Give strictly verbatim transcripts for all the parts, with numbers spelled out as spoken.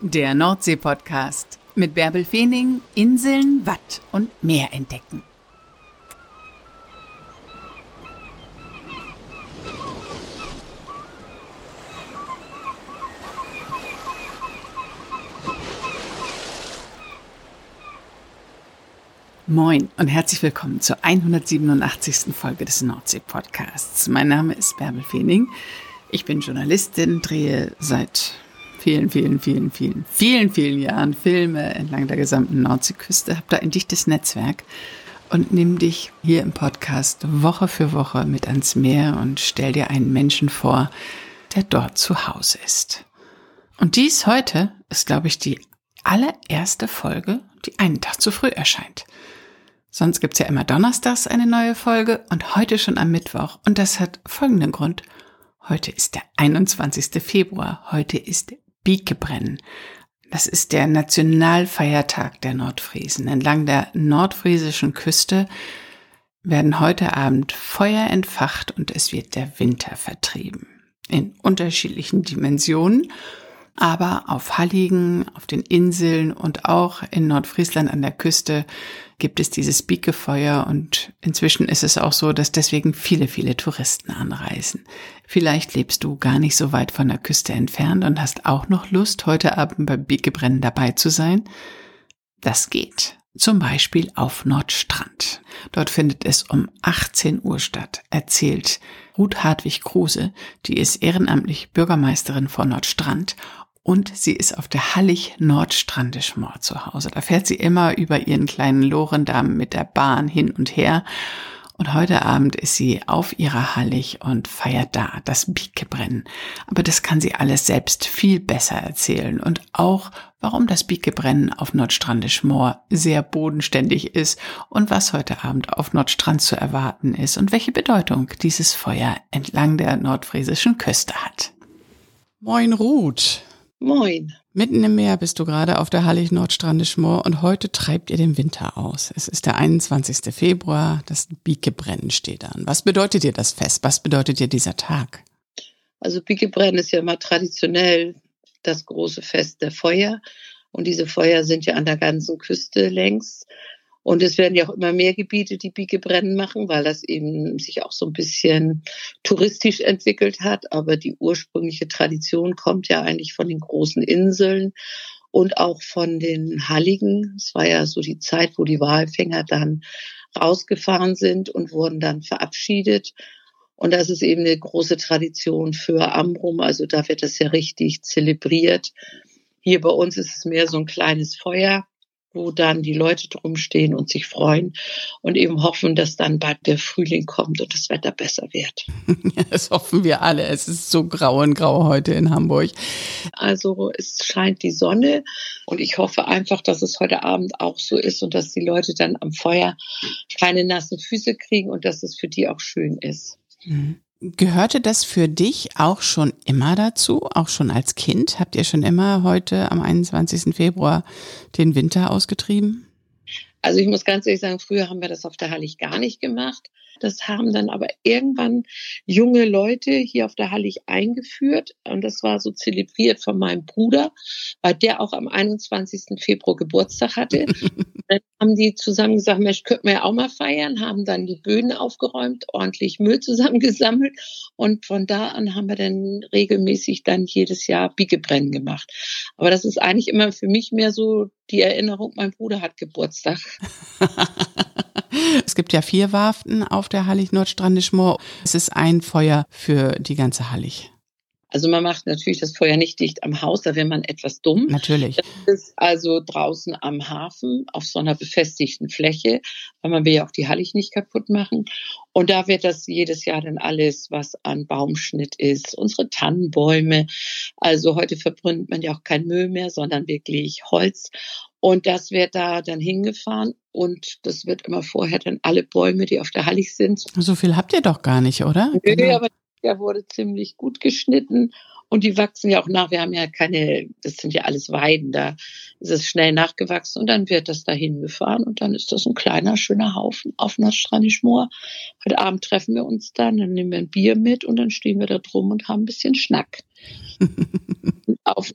Der Nordsee-Podcast mit Bärbel Feening, Inseln, Watt und Meer entdecken. Moin und herzlich willkommen zur hundertsiebenundachtzigsten Folge des Nordsee-Podcasts. Mein Name ist Bärbel Feening. Ich bin Journalistin, drehe seit vielen, vielen, vielen, vielen, vielen, vielen Jahren Filme entlang der gesamten Nordseeküste, habe da ein dichtes Netzwerk und nehme dich hier im Podcast Woche für Woche mit ans Meer und stell dir einen Menschen vor, der dort zu Hause ist. Und dies heute ist, glaube ich, die allererste Folge, die einen Tag zu früh erscheint. Sonst gibt's ja immer donnerstags eine neue Folge und heute schon am Mittwoch. Und das hat folgenden Grund. Heute ist der einundzwanzigste Februar. Heute ist Biekebränn. Das ist der Nationalfeiertag der Nordfriesen. Entlang der nordfriesischen Küste werden heute Abend Feuer entfacht und es wird der Winter vertrieben. In unterschiedlichen Dimensionen, aber auf Halligen, auf den Inseln und auch in Nordfriesland an der Küste gibt es dieses Biekefeuer und inzwischen ist es auch so, dass deswegen viele, viele Touristen anreisen. Vielleicht lebst du gar nicht so weit von der Küste entfernt und hast auch noch Lust, heute Abend beim Biekebränn dabei zu sein. Das geht. Zum Beispiel auf Nordstrand. Dort findet es um achtzehn Uhr statt, erzählt Ruth Hartwig Kruse, die ist ehrenamtlich Bürgermeisterin von Nordstrand. Und sie ist auf der Hallig-Nordstrandischmoor zu Hause. Da fährt sie immer über ihren kleinen Lorendamm mit der Bahn hin und her. Und heute Abend ist sie auf ihrer Hallig und feiert da das Biekebränn. Aber das kann sie alles selbst viel besser erzählen. Und auch, warum das Biekebränn auf Nordstrandischmoor sehr bodenständig ist und was heute Abend auf Nordstrand zu erwarten ist und welche Bedeutung dieses Feuer entlang der nordfriesischen Küste hat. Moin Ruth. Moin. Mitten im Meer bist du gerade auf der Hallig-Nordstrandischmoor und heute treibt ihr den Winter aus. Es ist der einundzwanzigste Februar, das Biekebränn steht an. Was bedeutet dir das Fest? Was bedeutet dir dieser Tag? Also Biekebränn ist ja immer traditionell das große Fest der Feuer und diese Feuer sind ja an der ganzen Küste längs. Und es werden ja auch immer mehr Gebiete, die Biekebränn machen, weil das eben sich auch so ein bisschen touristisch entwickelt hat. Aber die ursprüngliche Tradition kommt ja eigentlich von den großen Inseln und auch von den Halligen. Es war ja so die Zeit, wo die Walfänger dann rausgefahren sind und wurden dann verabschiedet. Und das ist eben eine große Tradition für Amrum. Also da wird das ja richtig zelebriert. Hier bei uns ist es mehr so ein kleines Feuer, wo dann die Leute drum stehen und sich freuen und eben hoffen, dass dann bald der Frühling kommt und das Wetter besser wird. Das hoffen wir alle. Es ist so grau und grau heute in Hamburg. Also es scheint die Sonne und ich hoffe einfach, dass es heute Abend auch so ist und dass die Leute dann am Feuer keine nassen Füße kriegen und dass es für die auch schön ist. Mhm. Gehörte das für dich auch schon immer dazu, auch schon als Kind? Habt ihr schon immer heute am einundzwanzigsten Februar den Winter ausgetrieben? Also ich muss ganz ehrlich sagen, früher haben wir das auf der Hallig gar nicht gemacht. Das haben dann aber irgendwann junge Leute hier auf der Hallig eingeführt. Und das war so zelebriert von meinem Bruder, weil der auch am einundzwanzigsten Februar Geburtstag hatte. Dann haben die zusammen gesagt, Mensch, könnten wir ja auch mal feiern, haben dann die Böden aufgeräumt, ordentlich Müll zusammengesammelt. Und von da an haben wir dann regelmäßig dann jedes Jahr Biekebränn gemacht. Aber das ist eigentlich immer für mich mehr so die Erinnerung, mein Bruder hat Geburtstag. Es gibt ja vier Warften auf der Hallig-Nordstrandischmoor. Es ist ein Feuer für die ganze Hallig. Also man macht natürlich das Feuer nicht dicht am Haus, da wäre man etwas dumm. Natürlich. Das ist also draußen am Hafen auf so einer befestigten Fläche, weil man will ja auch die Hallig nicht kaputt machen. Und da wird das jedes Jahr dann alles, was an Baumschnitt ist, unsere Tannenbäume. Also heute verbrennt man ja auch kein Müll mehr, sondern wirklich Holz. Und das wird da dann hingefahren und das wird immer vorher dann alle Bäume, die auf der Hallig sind. So viel habt ihr doch gar nicht, oder? Nö, genau. Aber der wurde ziemlich gut geschnitten und die wachsen ja auch nach. Wir haben ja keine, das sind ja alles Weiden, da ist es schnell nachgewachsen und dann wird das da hingefahren und dann ist das ein kleiner, schöner Haufen auf Nordstrandischmoor. Heute Abend treffen wir uns dann, dann nehmen wir ein Bier mit und dann stehen wir da drum und haben ein bisschen Schnack. Auf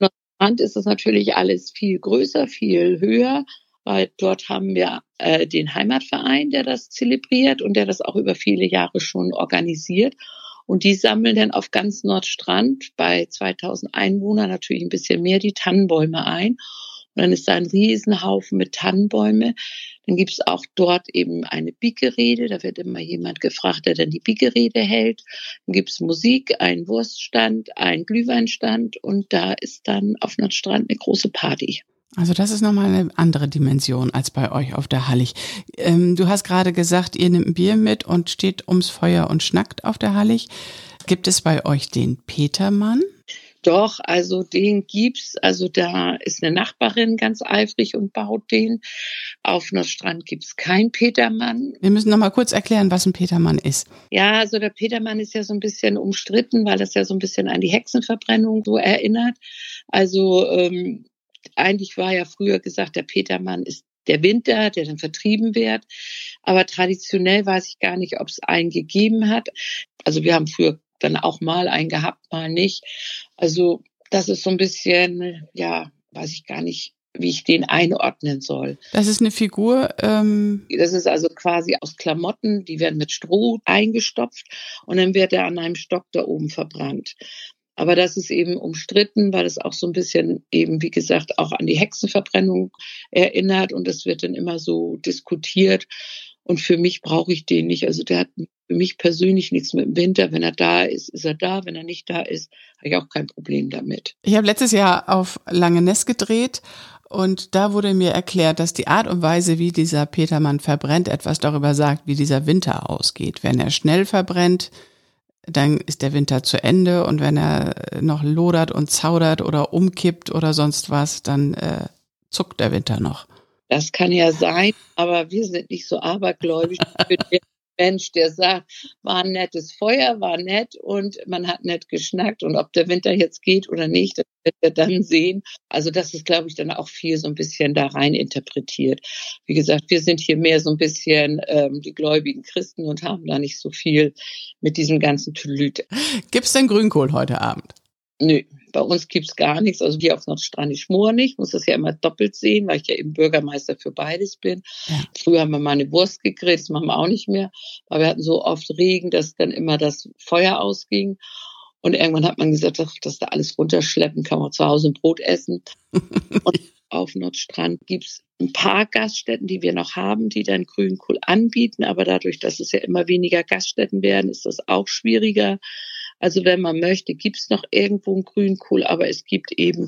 Strand ist es natürlich alles viel größer, viel höher, weil dort haben wir äh, den Heimatverein, der das zelebriert und der das auch über viele Jahre schon organisiert. Und die sammeln dann auf ganz Nordstrand bei zweitausend Einwohnern natürlich ein bisschen mehr die Tannenbäume ein. Und dann ist da ein Riesenhaufen mit Tannenbäume. Dann gibt es auch dort eben eine Biegerede. Da wird immer jemand gefragt, der dann die Biegerede hält. Dann gibt es Musik, einen Wurststand, einen Glühweinstand und da ist dann auf Nordstrand eine große Party. Also das ist nochmal eine andere Dimension als bei euch auf der Hallig. Ähm, du hast gerade gesagt, ihr nehmt ein Bier mit und steht ums Feuer und schnackt auf der Hallig. Gibt es bei euch den Petermann? Doch, also den gibt's. Also da ist eine Nachbarin ganz eifrig und baut den. Auf Nordstrand gibt's kein Petermann. Wir müssen noch mal kurz erklären, was ein Petermann ist. Ja, also der Petermann ist ja so ein bisschen umstritten, weil das ja so ein bisschen an die Hexenverbrennung so erinnert. Also ähm, eigentlich war ja früher gesagt, der Petermann ist der Winter, der dann vertrieben wird. Aber traditionell weiß ich gar nicht, ob es einen gegeben hat. Also wir haben früher dann auch mal einen gehabt, mal nicht. Also das ist so ein bisschen, ja, weiß ich gar nicht, wie ich den einordnen soll. Das ist eine Figur. Ähm Das ist also quasi aus Klamotten, die werden mit Stroh eingestopft und dann wird er an einem Stock da oben verbrannt. Aber das ist eben umstritten, weil es auch so ein bisschen eben, wie gesagt, auch an die Hexenverbrennung erinnert und es wird dann immer so diskutiert. Und für mich brauche ich den nicht. Also der hat für mich persönlich nichts mit dem Winter. Wenn er da ist, ist er da. Wenn er nicht da ist, habe ich auch kein Problem damit. Ich habe letztes Jahr auf Langeness gedreht und da wurde mir erklärt, dass die Art und Weise, wie dieser Petermann verbrennt, etwas darüber sagt, wie dieser Winter ausgeht. Wenn er schnell verbrennt, dann ist der Winter zu Ende und wenn er noch lodert und zaudert oder umkippt oder sonst was, dann äh, zuckt der Winter noch. Das kann ja sein, aber wir sind nicht so abergläubisch. Ich bin der Mensch, der sagt, war ein nettes Feuer, war nett und man hat nett geschnackt und ob der Winter jetzt geht oder nicht, das wird er dann sehen. Also das ist, glaube ich, dann auch viel so ein bisschen da rein interpretiert. Wie gesagt, wir sind hier mehr so ein bisschen ähm, die gläubigen Christen und haben da nicht so viel mit diesem ganzen Tülüt. Gibt's denn Grünkohl heute Abend? Nö, bei uns gibt's gar nichts. Also hier auf Nordstrand, ich schmor nicht. Ich muss das ja immer doppelt sehen, weil ich ja eben Bürgermeister für beides bin. Ja. Früher haben wir mal eine Wurst gegrillt, das machen wir auch nicht mehr. Weil wir hatten so oft Regen, dass dann immer das Feuer ausging. Und irgendwann hat man gesagt, ach, dass da alles runterschleppen, kann man zu Hause ein Brot essen. Und auf Nordstrand gibt's ein paar Gaststätten, die wir noch haben, die dann Grünkohl anbieten. Aber dadurch, dass es ja immer weniger Gaststätten werden, ist das auch schwieriger. Also wenn man möchte, gibt's noch irgendwo einen Grünkohl, aber es gibt eben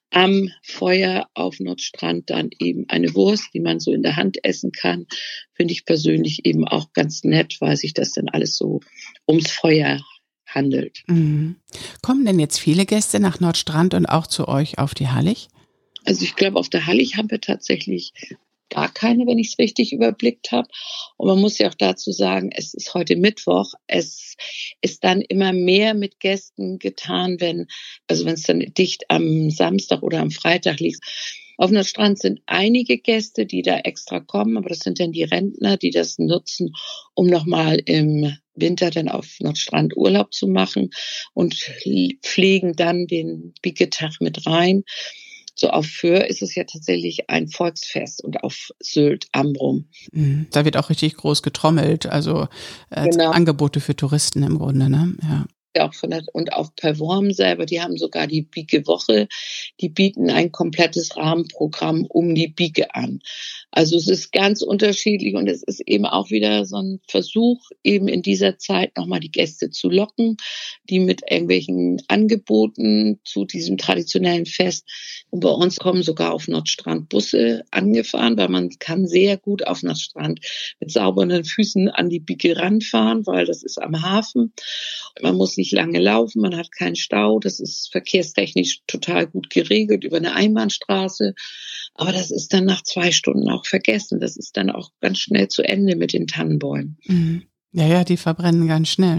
am Feuer auf Nordstrand dann eben eine Wurst, die man so in der Hand essen kann. Finde ich persönlich eben auch ganz nett, weil sich das dann alles so ums Feuer handelt. Mhm. Kommen denn jetzt viele Gäste nach Nordstrand und auch zu euch auf die Hallig? Also ich glaube, auf der Hallig haben wir tatsächlich gar keine, wenn ich es richtig überblickt habe. Und man muss ja auch dazu sagen, es ist heute Mittwoch. Es ist dann immer mehr mit Gästen getan, wenn, also wenn es dann dicht am Samstag oder am Freitag liegt. Auf Nordstrand sind einige Gäste, die da extra kommen, aber das sind dann die Rentner, die das nutzen, um nochmal im Winter dann auf Nordstrand Urlaub zu machen und pflegen dann den Biegetag mit rein. So auf Föhr ist es ja tatsächlich ein Volksfest und auf Sylt, Amrum. Da wird auch richtig groß getrommelt, also äh, genau. Angebote für Touristen im Grunde, ne? Ja. Auch von der, und auch Perform selber, die haben sogar die Biege-Woche, die bieten ein komplettes Rahmenprogramm um die Biege an. Also es ist ganz unterschiedlich und es ist eben auch wieder so ein Versuch, eben in dieser Zeit nochmal die Gäste zu locken, die mit irgendwelchen Angeboten zu diesem traditionellen Fest. Und bei uns kommen sogar auf Nordstrand Busse angefahren, weil man kann sehr gut auf Nordstrand mit sauberen Füßen an die Biege ranfahren, weil das ist am Hafen. Man muss nicht lange laufen, man hat keinen Stau, das ist verkehrstechnisch total gut geregelt über eine Einbahnstraße, aber das ist dann nach zwei Stunden auch vergessen, das ist dann auch ganz schnell zu Ende mit den Tannenbäumen. Mhm. Ja, ja, die verbrennen ganz schnell, ne?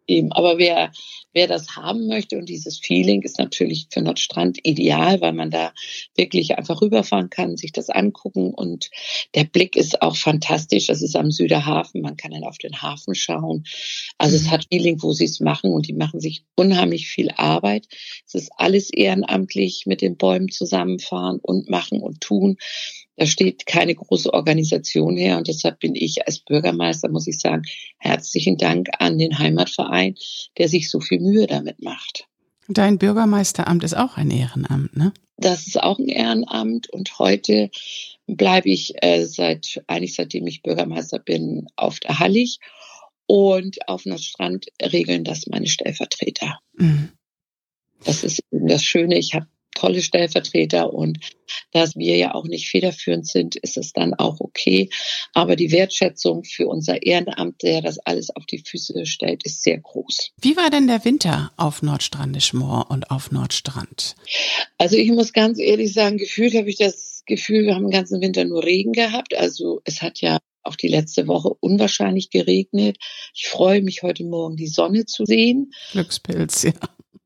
Eben, aber wer, wer das haben möchte und dieses Feeling ist natürlich für Nordstrand ideal, weil man da wirklich einfach rüberfahren kann, sich das angucken und der Blick ist auch fantastisch. Das ist am Süderhafen, man kann dann auf den Hafen schauen. Also es hat Feeling, wo sie es machen und die machen sich unheimlich viel Arbeit. Es ist alles ehrenamtlich mit den Bäumen zusammenfahren und machen und tun. Da steht keine große Organisation her und deshalb bin ich als Bürgermeister, muss ich sagen, herzlichen Dank an den Heimatverein, der sich so viel Mühe damit macht. Dein Bürgermeisteramt ist auch ein Ehrenamt, ne? Das ist auch ein Ehrenamt und heute bleibe ich äh, seit eigentlich seitdem ich Bürgermeister bin auf der Hallig und auf Nordstrand regeln das meine Stellvertreter. Mhm. Das ist eben das Schöne. Ich habe tolle Stellvertreter und da wir ja auch nicht federführend sind, ist es dann auch okay. Aber die Wertschätzung für unser Ehrenamt, der das alles auf die Füße stellt, ist sehr groß. Wie war denn der Winter auf Nordstrandisch-Moor und auf Nordstrand? Also ich muss ganz ehrlich sagen, gefühlt habe ich das Gefühl, wir haben den ganzen Winter nur Regen gehabt. Also es hat ja auch die letzte Woche unwahrscheinlich geregnet. Ich freue mich heute Morgen, die Sonne zu sehen. Glückspilz, ja.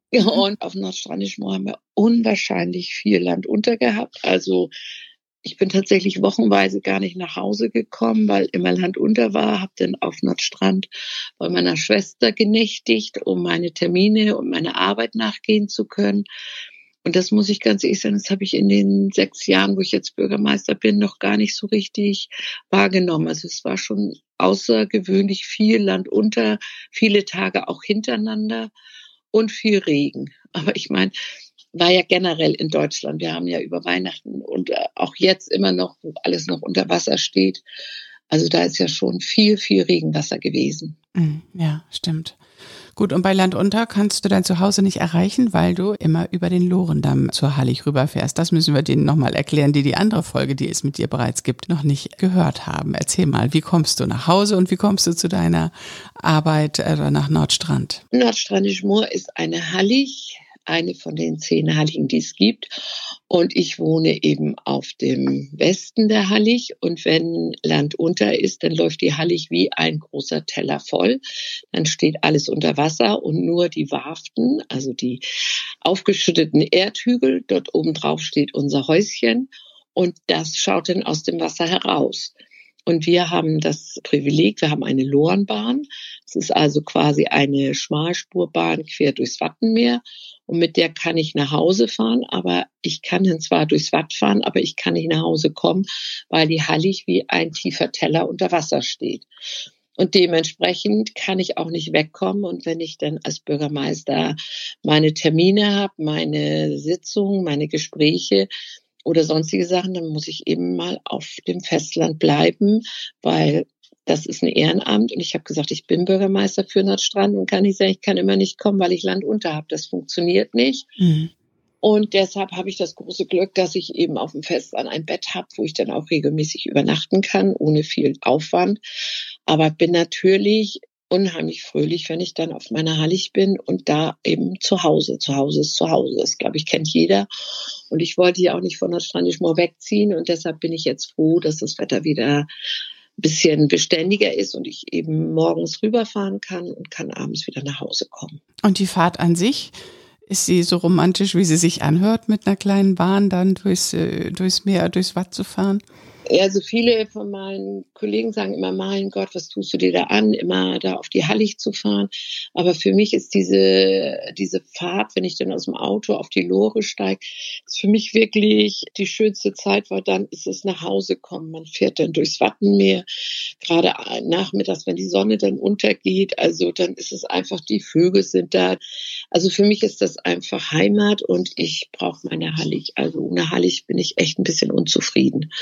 Und auf Nordstrandisch-Moor haben wir unwahrscheinlich viel Land unter gehabt. Also ich bin tatsächlich wochenweise gar nicht nach Hause gekommen, weil immer Land unter war. Habe dann auf Nordstrand bei meiner Schwester genächtigt, um meine Termine und meine Arbeit nachgehen zu können. Und das muss ich ganz ehrlich sagen, das habe ich in den sechs Jahren, wo ich jetzt Bürgermeister bin, noch gar nicht so richtig wahrgenommen. Also es war schon außergewöhnlich viel Land unter, viele Tage auch hintereinander. Und viel Regen. Aber ich meine, war ja generell in Deutschland. Wir haben ja über Weihnachten und auch jetzt immer noch, wo alles noch unter Wasser steht. Also da ist ja schon viel, viel Regenwasser gewesen. Ja, stimmt. Gut, und bei Land unter kannst du dein Zuhause nicht erreichen, weil du immer über den Lorendamm zur Hallig rüberfährst. Das müssen wir denen nochmal erklären, die die andere Folge, die es mit dir bereits gibt, noch nicht gehört haben. Erzähl mal, wie kommst du nach Hause und wie kommst du zu deiner Arbeit äh, nach Nordstrand? Nordstrandisch-Moor ist eine Hallig, eine von den zehn Halligen, die es gibt. Und ich wohne eben auf dem Westen der Hallig. Und wenn Land unter ist, dann läuft die Hallig wie ein großer Teller voll. Dann steht alles unter Wasser und nur die Warften, also die aufgeschütteten Erdhügel, dort oben drauf steht unser Häuschen. Und das schaut dann aus dem Wasser heraus. Und wir haben das Privileg, wir haben eine Lorenbahn. Es ist also quasi eine Schmalspurbahn quer durchs Wattenmeer. Und mit der kann ich nach Hause fahren, aber ich kann dann zwar durchs Watt fahren, aber ich kann nicht nach Hause kommen, weil die Hallig wie ein tiefer Teller unter Wasser steht. Und dementsprechend kann ich auch nicht wegkommen. Und wenn ich dann als Bürgermeister meine Termine habe, meine Sitzungen, meine Gespräche oder sonstige Sachen, dann muss ich eben mal auf dem Festland bleiben, weil das ist ein Ehrenamt und ich habe gesagt, ich bin Bürgermeister für Nordstrand und kann nicht sagen, ich kann immer nicht kommen, weil ich Land unter habe. Das funktioniert nicht. Mhm. Und deshalb habe ich das große Glück, dass ich eben auf dem Festland ein Bett habe, wo ich dann auch regelmäßig übernachten kann, ohne viel Aufwand. Aber bin natürlich unheimlich fröhlich, wenn ich dann auf meiner Hallig bin und da eben zu Hause. Zu Hause ist zu Hause. Das, glaube ich, kennt jeder. Und ich wollte ja auch nicht von Nordstrandisch-Moor wegziehen und deshalb bin ich jetzt froh, dass das Wetter wieder ein bisschen beständiger ist und ich eben morgens rüberfahren kann und kann abends wieder nach Hause kommen. Und die Fahrt an sich, ist sie so romantisch, wie sie sich anhört, mit einer kleinen Bahn dann durchs, äh, durchs Meer, durchs Watt zu fahren? Ja, also viele von meinen Kollegen sagen immer, mein Gott, was tust du dir da an, immer da auf die Hallig zu fahren. Aber für mich ist diese, diese Fahrt, wenn ich dann aus dem Auto auf die Lore steige, ist für mich wirklich die schönste Zeit, weil dann ist es nach Hause kommen. Man fährt dann durchs Wattenmeer, gerade nachmittags, wenn die Sonne dann untergeht. Also dann ist es einfach, die Vögel sind da. Also für mich ist das einfach Heimat und ich brauche meine Hallig. Also ohne Hallig bin ich echt ein bisschen unzufrieden.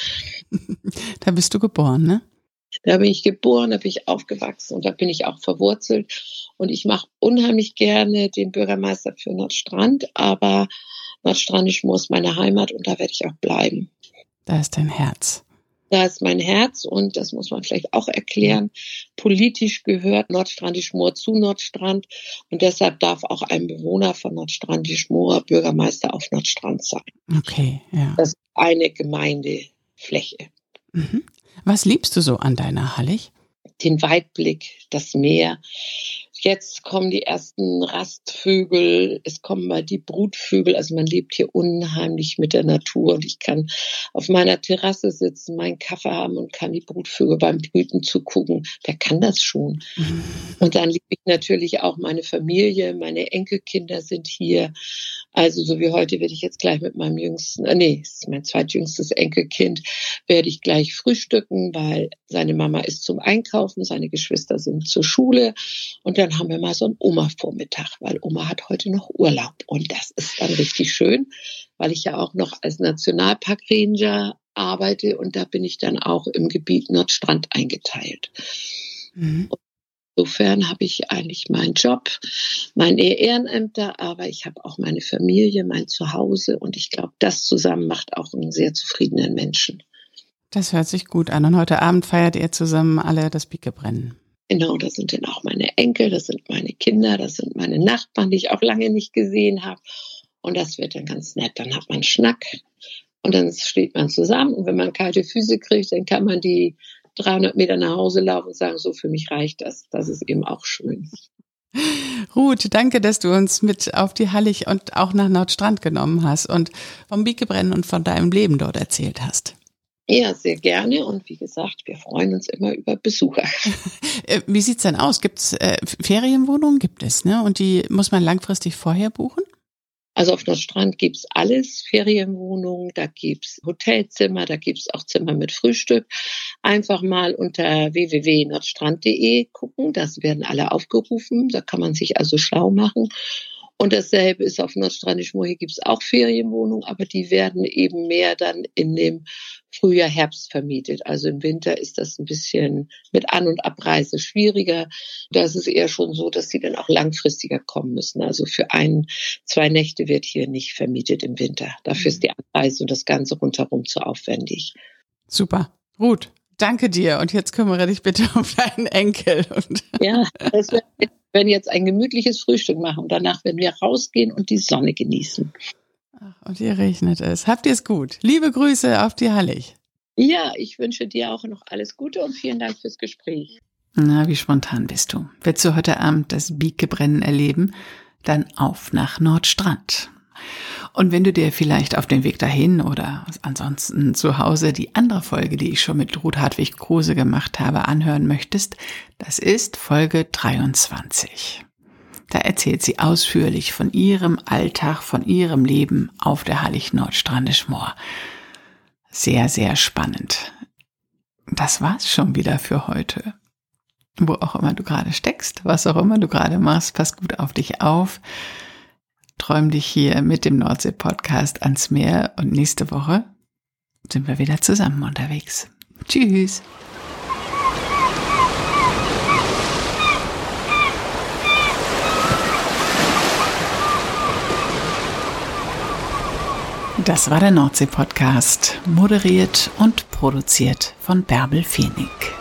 Da bist du geboren, ne? Da bin ich geboren, da bin ich aufgewachsen und da bin ich auch verwurzelt. Und ich mache unheimlich gerne den Bürgermeister für Nordstrand, aber Nordstrandisch-Moor ist meine Heimat und da werde ich auch bleiben. Da ist dein Herz. Da ist mein Herz und das muss man vielleicht auch erklären. Politisch gehört Nordstrandisch-Moor zu Nordstrand und deshalb darf auch ein Bewohner von Nordstrandisch-Moor Bürgermeister auf Nordstrand sein. Okay, ja. Das ist eine Gemeindefläche. Mhm. Was liebst du so an deiner Hallig? Den Weitblick, das Meer, Jetzt kommen die ersten Rastvögel, es kommen mal die Brutvögel. Also man lebt hier unheimlich mit der Natur und ich kann auf meiner Terrasse sitzen, meinen Kaffee haben und kann die Brutvögel beim Brüten zugucken. Wer kann das schon? Mhm. Und dann liebe ich natürlich auch meine Familie, meine Enkelkinder sind hier. Also so wie heute werde ich jetzt gleich mit meinem jüngsten, äh, nee, das ist mein zweitjüngstes Enkelkind, werde ich gleich frühstücken, weil seine Mama ist zum Einkaufen, seine Geschwister sind zur Schule und dann haben wir mal so einen Oma-Vormittag, weil Oma hat heute noch Urlaub und das ist dann richtig schön, weil ich ja auch noch als Nationalpark-Ranger arbeite und da bin ich dann auch im Gebiet Nordstrand eingeteilt. Mhm. Insofern habe ich eigentlich meinen Job, meine Ehrenämter, aber ich habe auch meine Familie, mein Zuhause und ich glaube, das zusammen macht auch einen sehr zufriedenen Menschen. Das hört sich gut an und heute Abend feiert ihr zusammen alle das Bikebrennen. Genau, das sind dann auch meine Enkel, das sind meine Kinder, das sind meine Nachbarn, die ich auch lange nicht gesehen habe. Und das wird dann ganz nett. Dann hat man Schnack und dann steht man zusammen. Und wenn man kalte Füße kriegt, dann kann man die dreihundert Meter nach Hause laufen und sagen, so für mich reicht das. Das ist eben auch schön. Ruth, danke, dass du uns mit auf die Hallig und auch nach Nordstrand genommen hast und vom Bikebrennen und von deinem Leben dort erzählt hast. Ja, sehr gerne und wie gesagt, wir freuen uns immer über Besucher. Wie sieht's denn aus? Gibt's äh, Ferienwohnungen? Gibt es, ne? Und die muss man langfristig vorher buchen? Also auf Nordstrand gibt's alles, Ferienwohnungen, da gibt's Hotelzimmer, da gibt's auch Zimmer mit Frühstück. Einfach mal unter w w w punkt nordstrand punkt d e gucken, das werden alle aufgerufen, da kann man sich also schlau machen. Und dasselbe ist auf Nordstrandisch Moor, hier gibt's auch Ferienwohnungen, aber die werden eben mehr dann in dem Frühjahr, Herbst vermietet. Also im Winter ist das ein bisschen mit An- und Abreise schwieriger. Da ist es eher schon so, dass sie dann auch langfristiger kommen müssen. Also für ein, zwei Nächte wird hier nicht vermietet im Winter. Dafür ist die Anreise und das Ganze rundherum zu aufwendig. Super. Ruth, danke dir. Und jetzt kümmere dich bitte um deinen Enkel. Ja, das wird, wir werden jetzt ein gemütliches Frühstück machen. Und danach werden wir rausgehen und die Sonne genießen. Ach, und hier regnet es. Habt ihr es gut? Liebe Grüße auf die Hallig. Ja, ich wünsche dir auch noch alles Gute und vielen Dank fürs Gespräch. Na, wie spontan bist du. Willst du heute Abend das Bikebrennen erleben? Dann auf nach Nordstrand. Und wenn du dir vielleicht auf dem Weg dahin oder ansonsten zu Hause die andere Folge, die ich schon mit Ruth Hartwig-Kruse gemacht habe, anhören möchtest, das ist Folge dreiundzwanzig. Da erzählt sie ausführlich von ihrem Alltag, von ihrem Leben auf der Hallig Nordstrandisch Moor. Sehr, sehr spannend. Das war's schon wieder für heute. Wo auch immer du gerade steckst, was auch immer du gerade machst, pass gut auf dich auf. Träum dich hier mit dem Nordsee-Podcast ans Meer und nächste Woche sind wir wieder zusammen unterwegs. Tschüss! Das war der Nordsee-Podcast, moderiert und produziert von Bärbel Feening.